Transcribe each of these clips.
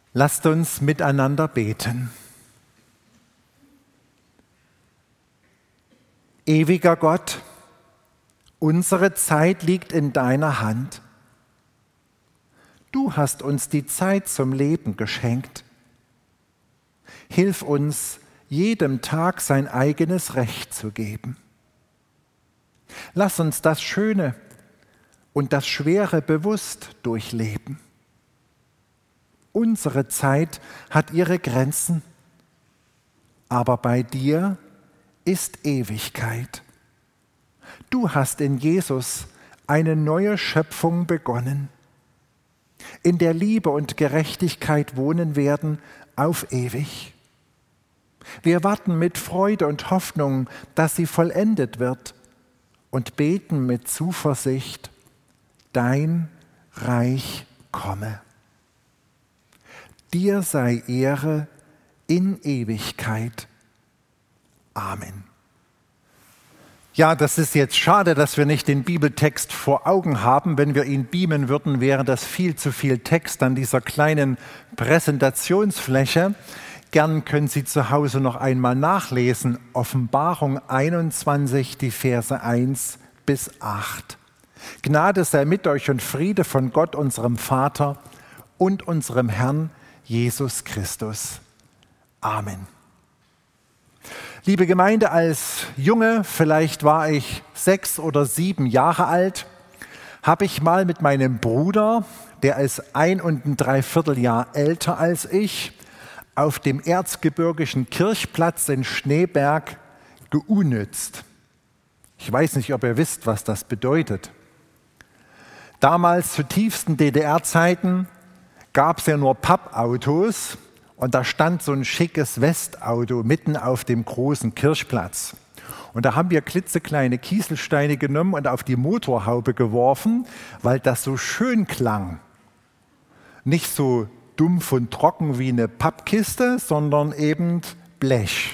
Lasst uns miteinander beten. Ewiger Gott, unsere Zeit liegt in deiner Hand. Du hast uns die Zeit zum Leben geschenkt. Hilf uns, jedem Tag sein eigenes Recht zu geben. Lass uns das Schöne und das Schwere bewusst durchleben. Unsere Zeit hat ihre Grenzen, aber bei dir ist Ewigkeit. Du hast in Jesus eine neue Schöpfung begonnen, in der Liebe und Gerechtigkeit wohnen werden auf ewig. Wir warten mit Freude und Hoffnung, dass sie vollendet wird und beten mit Zuversicht, dein Reich komme. Dir sei Ehre in Ewigkeit. Amen. Ja, das ist jetzt schade, dass wir nicht den Bibeltext vor Augen haben. Wenn wir ihn beamen würden, wäre das viel zu viel Text an dieser kleinen Präsentationsfläche. Gern können Sie zu Hause noch einmal nachlesen. Offenbarung 21, die Verse 1 bis 8. Gnade sei mit euch und Friede von Gott, unserem Vater und unserem Herrn Jesus Christus. Amen. Liebe Gemeinde, als Junge, vielleicht war ich 6 oder 7 Jahre alt, habe ich mal mit meinem Bruder, der ist 1 3/4 Jahr älter als ich, auf dem erzgebirgischen Kirchplatz in Schneeberg geunützt. Ich weiß nicht, ob ihr wisst, was das bedeutet. Damals, zu tiefsten DDR-Zeiten, gab es ja nur Pappautos und da stand so ein schickes Westauto mitten auf dem großen Kirchplatz. Und da haben wir klitzekleine Kieselsteine genommen und auf die Motorhaube geworfen, weil das so schön klang. Nicht so dumpf und trocken wie eine Pappkiste, sondern eben Blech.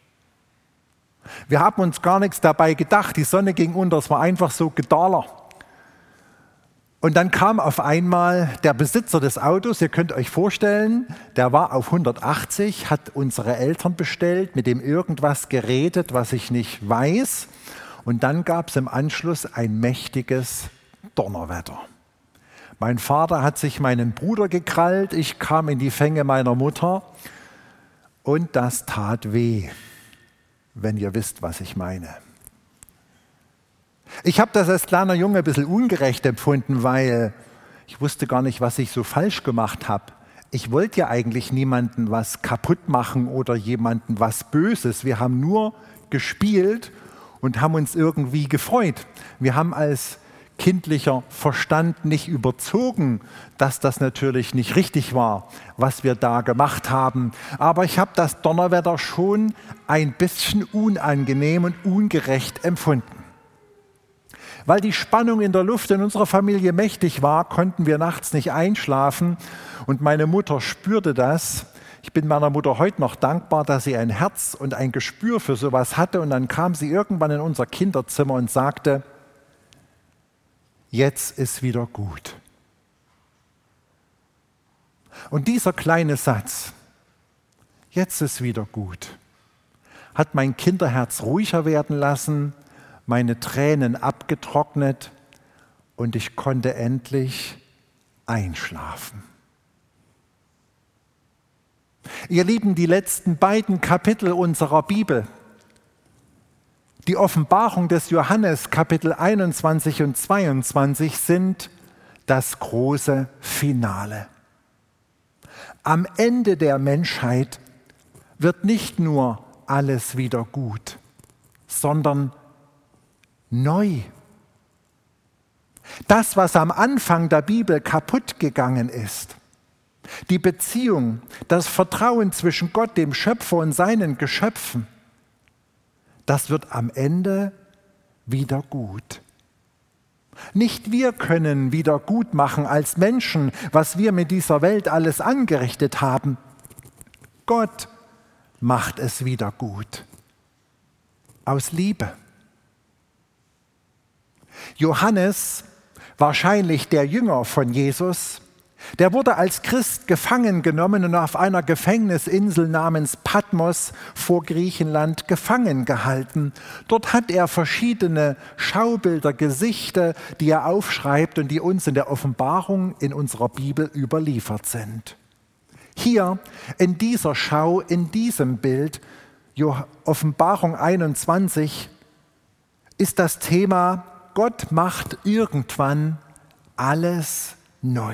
Wir haben uns gar nichts dabei gedacht. Die Sonne ging unter, es war einfach so Gedaller. Und dann kam auf einmal der Besitzer des Autos, ihr könnt euch vorstellen, der war auf 180, hat unsere Eltern bestellt, mit dem irgendwas geredet, was ich nicht weiß. Und dann gab es im Anschluss ein mächtiges Donnerwetter. Mein Vater hat sich meinen Bruder gekrallt, ich kam in die Fänge meiner Mutter und das tat weh, wenn ihr wisst, was ich meine. Ich habe das als kleiner Junge ein bisschen ungerecht empfunden, weil ich wusste gar nicht, was ich so falsch gemacht habe. Ich wollte ja eigentlich niemandem was kaputt machen oder jemandem was Böses. Wir haben nur gespielt und haben uns irgendwie gefreut. Wir haben als kindlicher Verstand nicht überzogen, dass das natürlich nicht richtig war, was wir da gemacht haben. Aber ich habe das Donnerwetter schon ein bisschen unangenehm und ungerecht empfunden. Weil die Spannung in der Luft in unserer Familie mächtig war, konnten wir nachts nicht einschlafen und meine Mutter spürte das. Ich bin meiner Mutter heute noch dankbar, dass sie ein Herz und ein Gespür für sowas hatte und dann kam sie irgendwann in unser Kinderzimmer und sagte: Jetzt ist wieder gut. Und dieser kleine Satz, jetzt ist wieder gut, hat mein Kinderherz ruhiger werden lassen, meine Tränen abgetrocknet und ich konnte endlich einschlafen. Ihr Lieben, die letzten beiden Kapitel unserer Bibel, die Offenbarung des Johannes, Kapitel 21 und 22, sind das große Finale. Am Ende der Menschheit wird nicht nur alles wieder gut, sondern neu. Das, was am Anfang der Bibel kaputt gegangen ist, die Beziehung, das Vertrauen zwischen Gott, dem Schöpfer und seinen Geschöpfen, das wird am Ende wieder gut. Nicht wir können wieder gut machen als Menschen, was wir mit dieser Welt alles angerichtet haben. Gott macht es wieder gut. Aus Liebe. Johannes, wahrscheinlich der Jünger von Jesus, Der wurde als Christ gefangen genommen und auf einer Gefängnisinsel namens Patmos vor Griechenland gefangen gehalten. Dort hat er verschiedene Schaubilder, Gesichter, die er aufschreibt und die uns in der Offenbarung in unserer Bibel überliefert sind. Hier in dieser Schau, in diesem Bild, Offenbarung 21, ist das Thema: Gott macht irgendwann alles neu.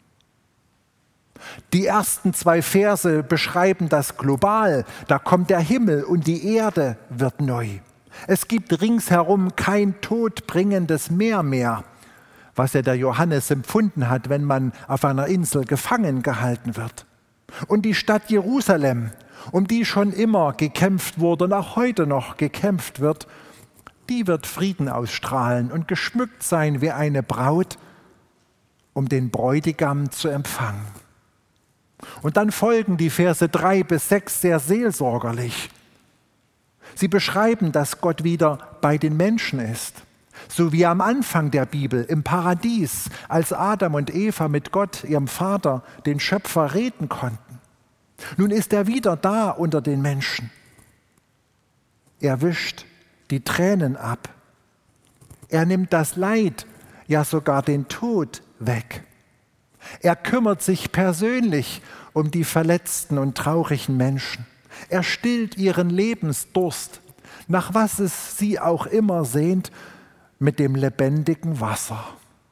Die ersten 2 Verse beschreiben das global. Da kommt der Himmel und die Erde wird neu. Es gibt ringsherum kein todbringendes Meer mehr, was ja der Johannes empfunden hat, wenn man auf einer Insel gefangen gehalten wird. Und die Stadt Jerusalem, um die schon immer gekämpft wurde und auch heute noch gekämpft wird, die wird Frieden ausstrahlen und geschmückt sein wie eine Braut, um den Bräutigam zu empfangen. Und dann folgen die Verse 3 bis 6 sehr seelsorgerlich. Sie beschreiben, dass Gott wieder bei den Menschen ist. So wie am Anfang der Bibel im Paradies, als Adam und Eva mit Gott, ihrem Vater, den Schöpfer, reden konnten. Nun ist er wieder da unter den Menschen. Er wischt die Tränen ab. Er nimmt das Leid, ja sogar den Tod weg. Er kümmert sich persönlich um die verletzten und traurigen Menschen. Er stillt ihren Lebensdurst, nach was es sie auch immer sehnt, mit dem lebendigen Wasser.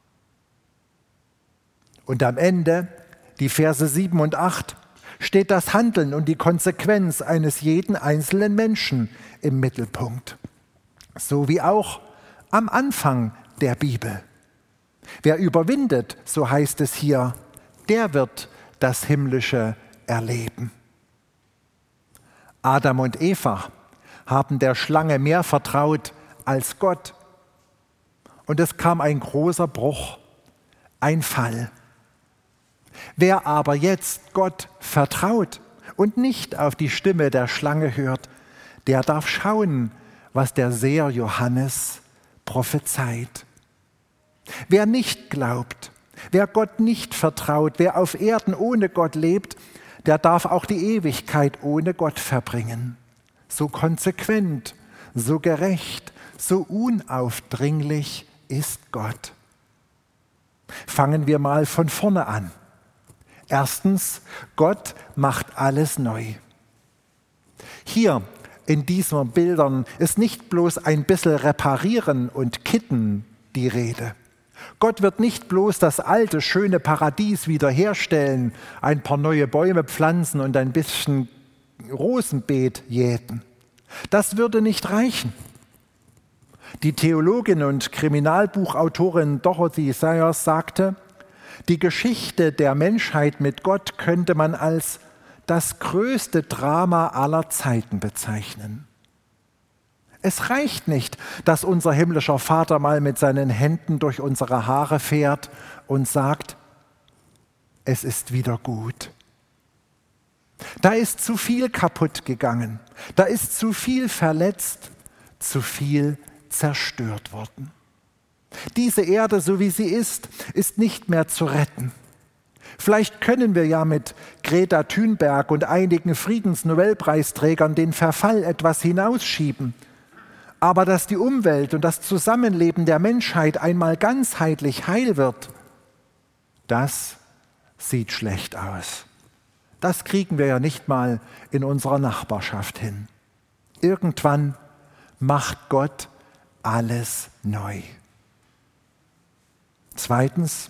Und am Ende, die Verse 7 und 8, steht das Handeln und die Konsequenz eines jeden einzelnen Menschen im Mittelpunkt. So wie auch am Anfang der Bibel. Wer überwindet, so heißt es hier, der wird das Himmlische erleben. Adam und Eva haben der Schlange mehr vertraut als Gott. Und es kam ein großer Bruch, ein Fall. Wer aber jetzt Gott vertraut und nicht auf die Stimme der Schlange hört, der darf schauen, was der Seher Johannes prophezeit. Wer nicht glaubt, wer Gott nicht vertraut, wer auf Erden ohne Gott lebt, der darf auch die Ewigkeit ohne Gott verbringen. So konsequent, so gerecht, so unaufdringlich ist Gott. Fangen wir mal von vorne an. Erstens, Gott macht alles neu. Hier in diesen Bildern ist nicht bloß ein bisschen reparieren und kitten die Rede. Gott wird nicht bloß das alte, schöne Paradies wiederherstellen, ein paar neue Bäume pflanzen und ein bisschen Rosenbeet jäten. Das würde nicht reichen. Die Theologin und Kriminalbuchautorin Dorothy Sayers sagte, die Geschichte der Menschheit mit Gott könnte man als das größte Drama aller Zeiten bezeichnen. Es reicht nicht, dass unser himmlischer Vater mal mit seinen Händen durch unsere Haare fährt und sagt, es ist wieder gut. Da ist zu viel kaputt gegangen, da ist zu viel verletzt, zu viel zerstört worden. Diese Erde, so wie sie ist nicht mehr zu retten. Vielleicht können wir ja mit Greta Thunberg und einigen Friedensnobelpreisträgern den Verfall etwas hinausschieben. Aber dass die Umwelt und das Zusammenleben der Menschheit einmal ganzheitlich heil wird, das sieht schlecht aus. Das kriegen wir ja nicht mal in unserer Nachbarschaft hin. Irgendwann macht Gott alles neu. Zweitens,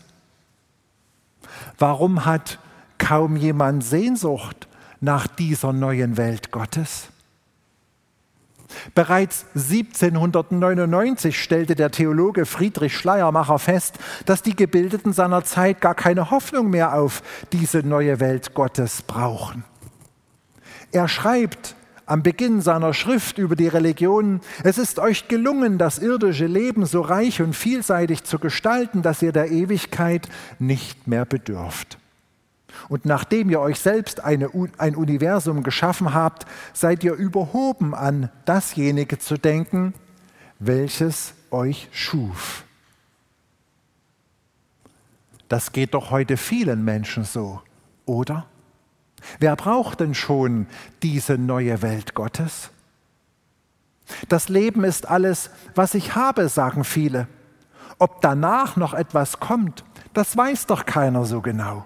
warum hat kaum jemand Sehnsucht nach dieser neuen Welt Gottes? Bereits 1799 stellte der Theologe Friedrich Schleiermacher fest, dass die Gebildeten seiner Zeit gar keine Hoffnung mehr auf diese neue Welt Gottes brauchen. Er schreibt am Beginn seiner Schrift über die Religion: Es ist euch gelungen, das irdische Leben so reich und vielseitig zu gestalten, dass ihr der Ewigkeit nicht mehr bedürft. Und nachdem ihr euch selbst ein Universum geschaffen habt, seid ihr überhoben, an dasjenige zu denken, welches euch schuf. Das geht doch heute vielen Menschen so, oder? Wer braucht denn schon diese neue Welt Gottes? Das Leben ist alles, was ich habe, sagen viele. Ob danach noch etwas kommt, das weiß doch keiner so genau.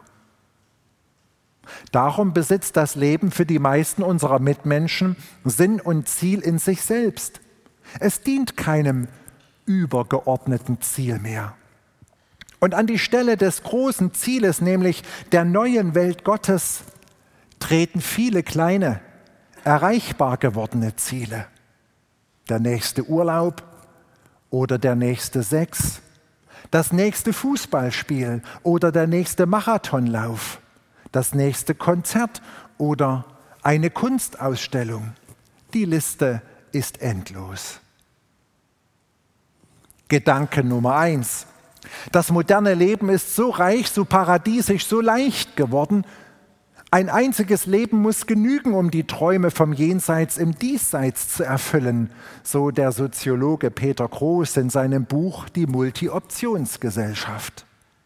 Darum besitzt das Leben für die meisten unserer Mitmenschen Sinn und Ziel in sich selbst. Es dient keinem übergeordneten Ziel mehr. Und an die Stelle des großen Zieles, nämlich der neuen Welt Gottes, treten viele kleine, erreichbar gewordene Ziele. Der nächste Urlaub oder der nächste Sex, das nächste Fußballspiel oder der nächste Marathonlauf, das nächste Konzert oder eine Kunstausstellung. Die Liste ist endlos. Gedanke Nummer 1. Das moderne Leben ist so reich, so paradiesisch, so leicht geworden. Ein einziges Leben muss genügen, um die Träume vom Jenseits im Diesseits zu erfüllen, so der Soziologe Peter Groß in seinem Buch Die Multi-Optionsgesellschaft.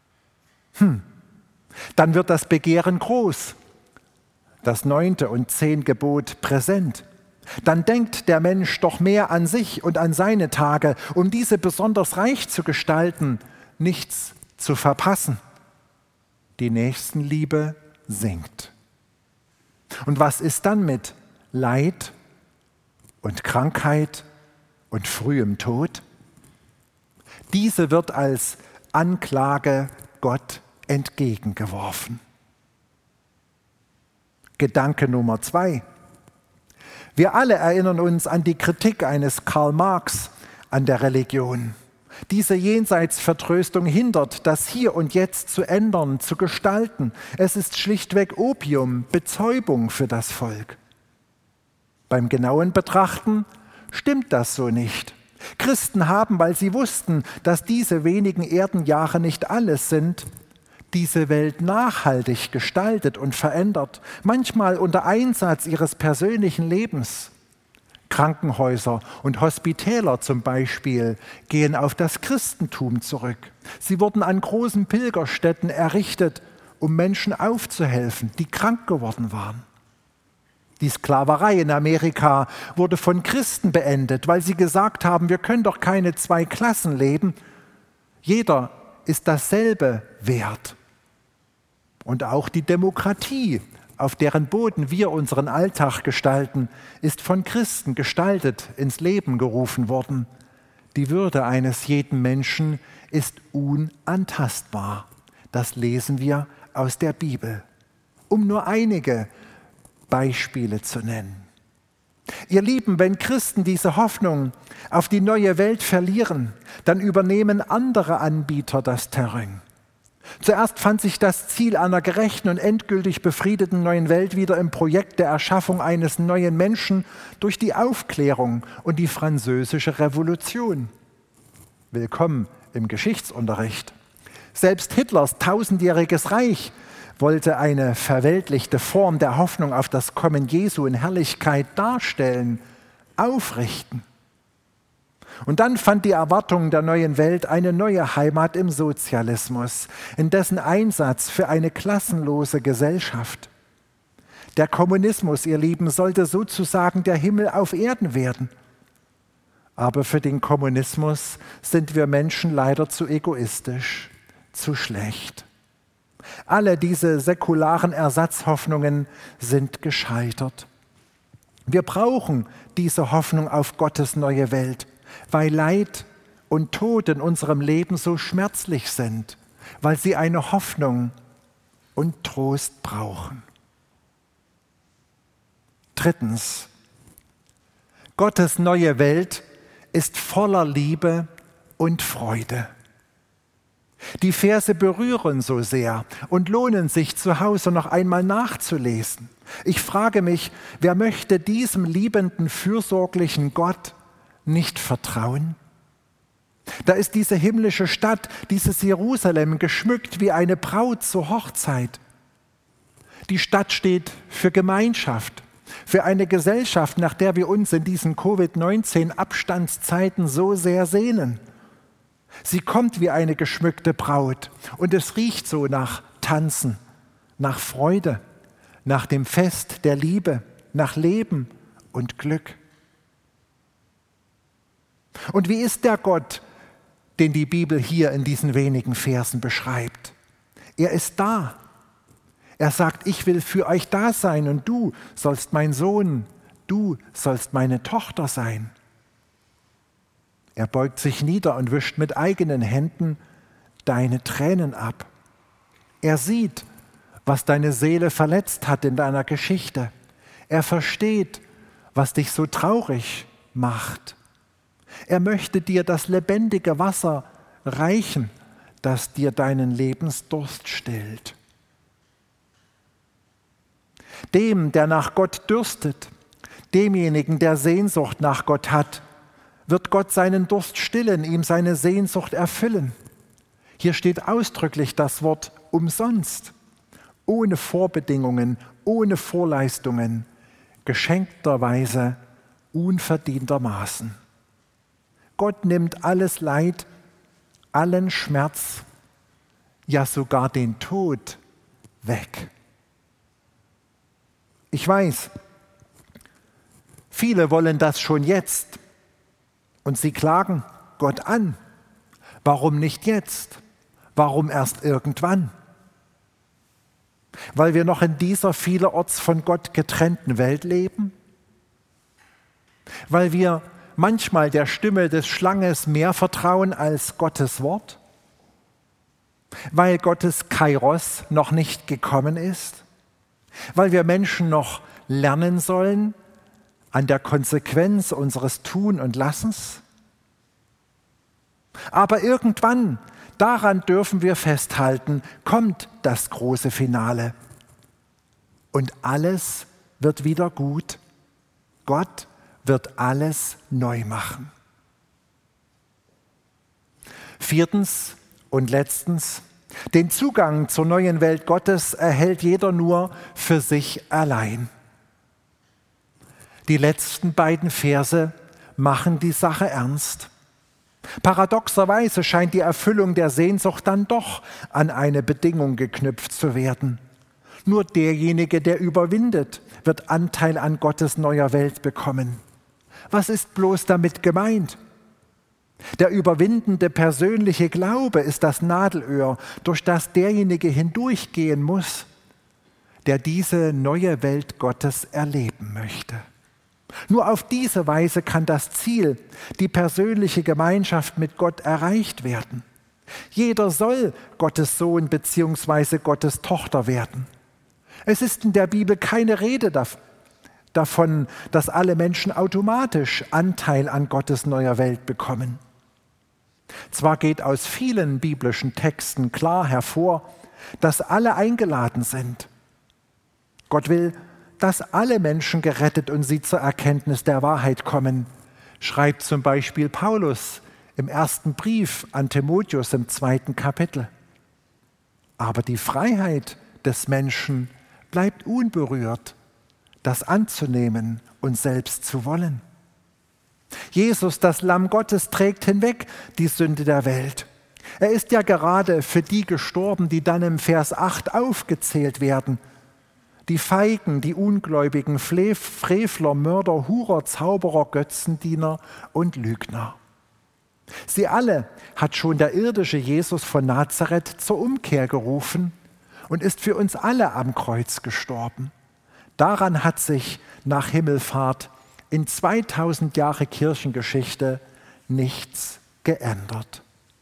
Dann wird das Begehren groß, das 9. und 10. Gebot präsent. Dann denkt der Mensch doch mehr an sich und an seine Tage, um diese besonders reich zu gestalten, nichts zu verpassen. Die Nächstenliebe sinkt. Und was ist dann mit Leid und Krankheit und frühem Tod? Diese wird als Anklage Gott entgegengeworfen. Gedanke Nummer 2. Wir alle erinnern uns an die Kritik eines Karl Marx an der Religion. Diese Jenseitsvertröstung hindert, das Hier und Jetzt zu ändern, zu gestalten. Es ist schlichtweg Opium, Betäubung für das Volk. Beim genauen Betrachten stimmt das so nicht. Christen haben, weil sie wussten, dass diese wenigen Erdenjahre nicht alles sind, diese Welt nachhaltig gestaltet und verändert, manchmal unter Einsatz ihres persönlichen Lebens. Krankenhäuser und Hospitäler zum Beispiel gehen auf das Christentum zurück. Sie wurden an großen Pilgerstätten errichtet, um Menschen aufzuhelfen, die krank geworden waren. Die Sklaverei in Amerika wurde von Christen beendet, weil sie gesagt haben, wir können doch keine 2 Klassen leben. Jeder ist dasselbe wert. Und auch die Demokratie, auf deren Boden wir unseren Alltag gestalten, ist von Christen gestaltet, ins Leben gerufen worden. Die Würde eines jeden Menschen ist unantastbar. Das lesen wir aus der Bibel. Um nur einige Beispiele zu nennen. Ihr Lieben, wenn Christen diese Hoffnung auf die neue Welt verlieren, dann übernehmen andere Anbieter das Terrain. Zuerst fand sich das Ziel einer gerechten und endgültig befriedeten neuen Welt wieder im Projekt der Erschaffung eines neuen Menschen durch die Aufklärung und die Französische Revolution. Willkommen im Geschichtsunterricht. Selbst Hitlers 1000-jähriges Reich wollte eine verweltlichte Form der Hoffnung auf das Kommen Jesu in Herrlichkeit darstellen, aufrichten. Und dann fand die Erwartung der neuen Welt eine neue Heimat im Sozialismus, in dessen Einsatz für eine klassenlose Gesellschaft. Der Kommunismus, ihr Lieben, sollte sozusagen der Himmel auf Erden werden. Aber für den Kommunismus sind wir Menschen leider zu egoistisch, zu schlecht. Alle diese säkularen Ersatzhoffnungen sind gescheitert. Wir brauchen diese Hoffnung auf Gottes neue Welt, weil Leid und Tod in unserem Leben so schmerzlich sind, weil sie eine Hoffnung und Trost brauchen. Drittens, Gottes neue Welt ist voller Liebe und Freude. Die Verse berühren so sehr und lohnen sich zu Hause noch einmal nachzulesen. Ich frage mich, wer möchte diesem liebenden, fürsorglichen Gott nicht vertrauen? Da ist diese himmlische Stadt, dieses Jerusalem, geschmückt wie eine Braut zur Hochzeit. Die Stadt steht für Gemeinschaft, für eine Gesellschaft, nach der wir uns in diesen Covid-19-Abstandszeiten so sehr sehnen. Sie kommt wie eine geschmückte Braut und es riecht so nach Tanzen, nach Freude, nach dem Fest der Liebe, nach Leben und Glück. Und wie ist der Gott, den die Bibel hier in diesen wenigen Versen beschreibt? Er ist da. Er sagt, ich will für euch da sein und du sollst mein Sohn, du sollst meine Tochter sein. Er beugt sich nieder und wischt mit eigenen Händen deine Tränen ab. Er sieht, was deine Seele verletzt hat in deiner Geschichte. Er versteht, was dich so traurig macht. Er möchte dir das lebendige Wasser reichen, das dir deinen Lebensdurst stillt. Dem, der nach Gott dürstet, demjenigen, der Sehnsucht nach Gott hat, wird Gott seinen Durst stillen, ihm seine Sehnsucht erfüllen. Hier steht ausdrücklich das Wort umsonst, ohne Vorbedingungen, ohne Vorleistungen, geschenkterweise, unverdientermaßen. Gott nimmt alles Leid, allen Schmerz, ja sogar den Tod weg. Ich weiß, viele wollen das schon jetzt und sie klagen Gott an. Warum nicht jetzt? Warum erst irgendwann? Weil wir noch in dieser vielerorts von Gott getrennten Welt leben? Weil wir manchmal der Stimme des Schlanges mehr vertrauen als Gottes Wort? Weil Gottes Kairos noch nicht gekommen ist? Weil wir Menschen noch lernen sollen an der Konsequenz unseres Tun und Lassens? Aber irgendwann, daran dürfen wir festhalten, kommt das große Finale. Und alles wird wieder gut. Gott wird alles neu machen. Viertens und letztens, den Zugang zur neuen Welt Gottes erhält jeder nur für sich allein. Die letzten beiden Verse machen die Sache ernst. Paradoxerweise scheint die Erfüllung der Sehnsucht dann doch an eine Bedingung geknüpft zu werden. Nur derjenige, der überwindet, wird Anteil an Gottes neuer Welt bekommen. Was ist bloß damit gemeint? Der überwindende persönliche Glaube ist das Nadelöhr, durch das derjenige hindurchgehen muss, der diese neue Welt Gottes erleben möchte. Nur auf diese Weise kann das Ziel, die persönliche Gemeinschaft mit Gott, erreicht werden. Jeder soll Gottes Sohn bzw. Gottes Tochter werden. Es ist in der Bibel keine Rede davon, dass alle Menschen automatisch Anteil an Gottes neuer Welt bekommen. Zwar geht aus vielen biblischen Texten klar hervor, dass alle eingeladen sind. Gott will, dass alle Menschen gerettet und sie zur Erkenntnis der Wahrheit kommen, schreibt zum Beispiel Paulus im ersten Brief an Timotheus im 2. Kapitel. Aber die Freiheit des Menschen bleibt unberührt, das anzunehmen und selbst zu wollen. Jesus, das Lamm Gottes, trägt hinweg die Sünde der Welt. Er ist ja gerade für die gestorben, die dann im Vers 8 aufgezählt werden. Die Feigen, die Ungläubigen, Frevler, Mörder, Hurer, Zauberer, Götzendiener und Lügner. Sie alle hat schon der irdische Jesus von Nazareth zur Umkehr gerufen und ist für uns alle am Kreuz gestorben. Daran hat sich nach Himmelfahrt in 2000 Jahre Kirchengeschichte nichts geändert.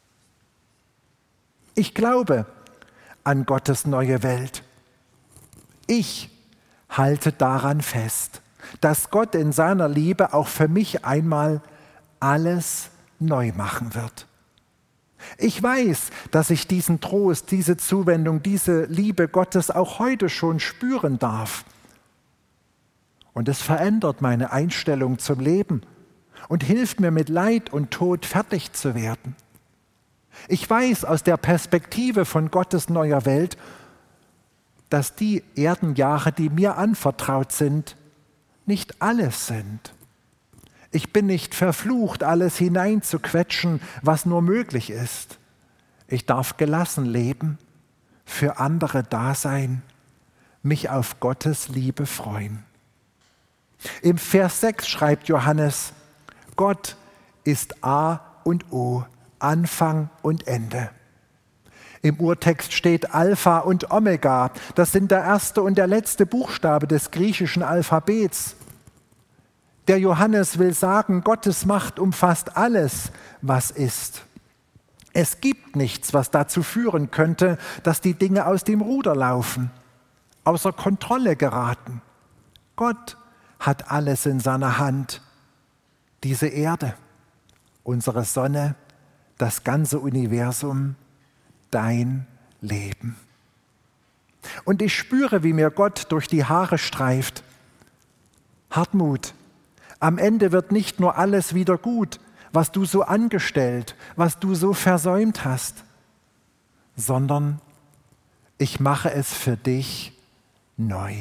Ich glaube an Gottes neue Welt. Ich halte daran fest, dass Gott in seiner Liebe auch für mich einmal alles neu machen wird. Ich weiß, dass ich diesen Trost, diese Zuwendung, diese Liebe Gottes auch heute schon spüren darf. Und es verändert meine Einstellung zum Leben und hilft mir, mit Leid und Tod fertig zu werden. Ich weiß aus der Perspektive von Gottes neuer Welt, dass die Erdenjahre, die mir anvertraut sind, nicht alles sind. Ich bin nicht verflucht, alles hineinzuquetschen, was nur möglich ist. Ich darf gelassen leben, für andere da sein, mich auf Gottes Liebe freuen. Im Vers 6 schreibt Johannes, Gott ist A und O, Anfang und Ende. Im Urtext steht Alpha und Omega. Das sind der erste und der letzte Buchstabe des griechischen Alphabets. Der Johannes will sagen, Gottes Macht umfasst alles, was ist. Es gibt nichts, was dazu führen könnte, dass die Dinge aus dem Ruder laufen, außer Kontrolle geraten. Gott hat alles in seiner Hand. Diese Erde, unsere Sonne, das ganze Universum, dein Leben. Und ich spüre, wie mir Gott durch die Haare streift. Hartmut, am Ende wird nicht nur alles wieder gut, was du so angestellt, was du so versäumt hast, sondern ich mache es für dich neu.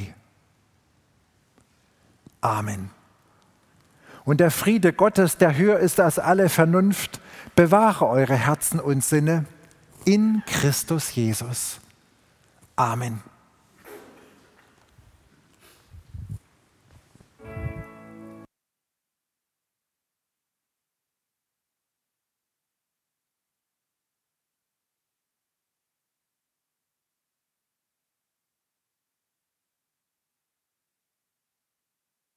Amen. Und der Friede Gottes, der höher ist als alle Vernunft, bewahre eure Herzen und Sinne in Christus Jesus. Amen.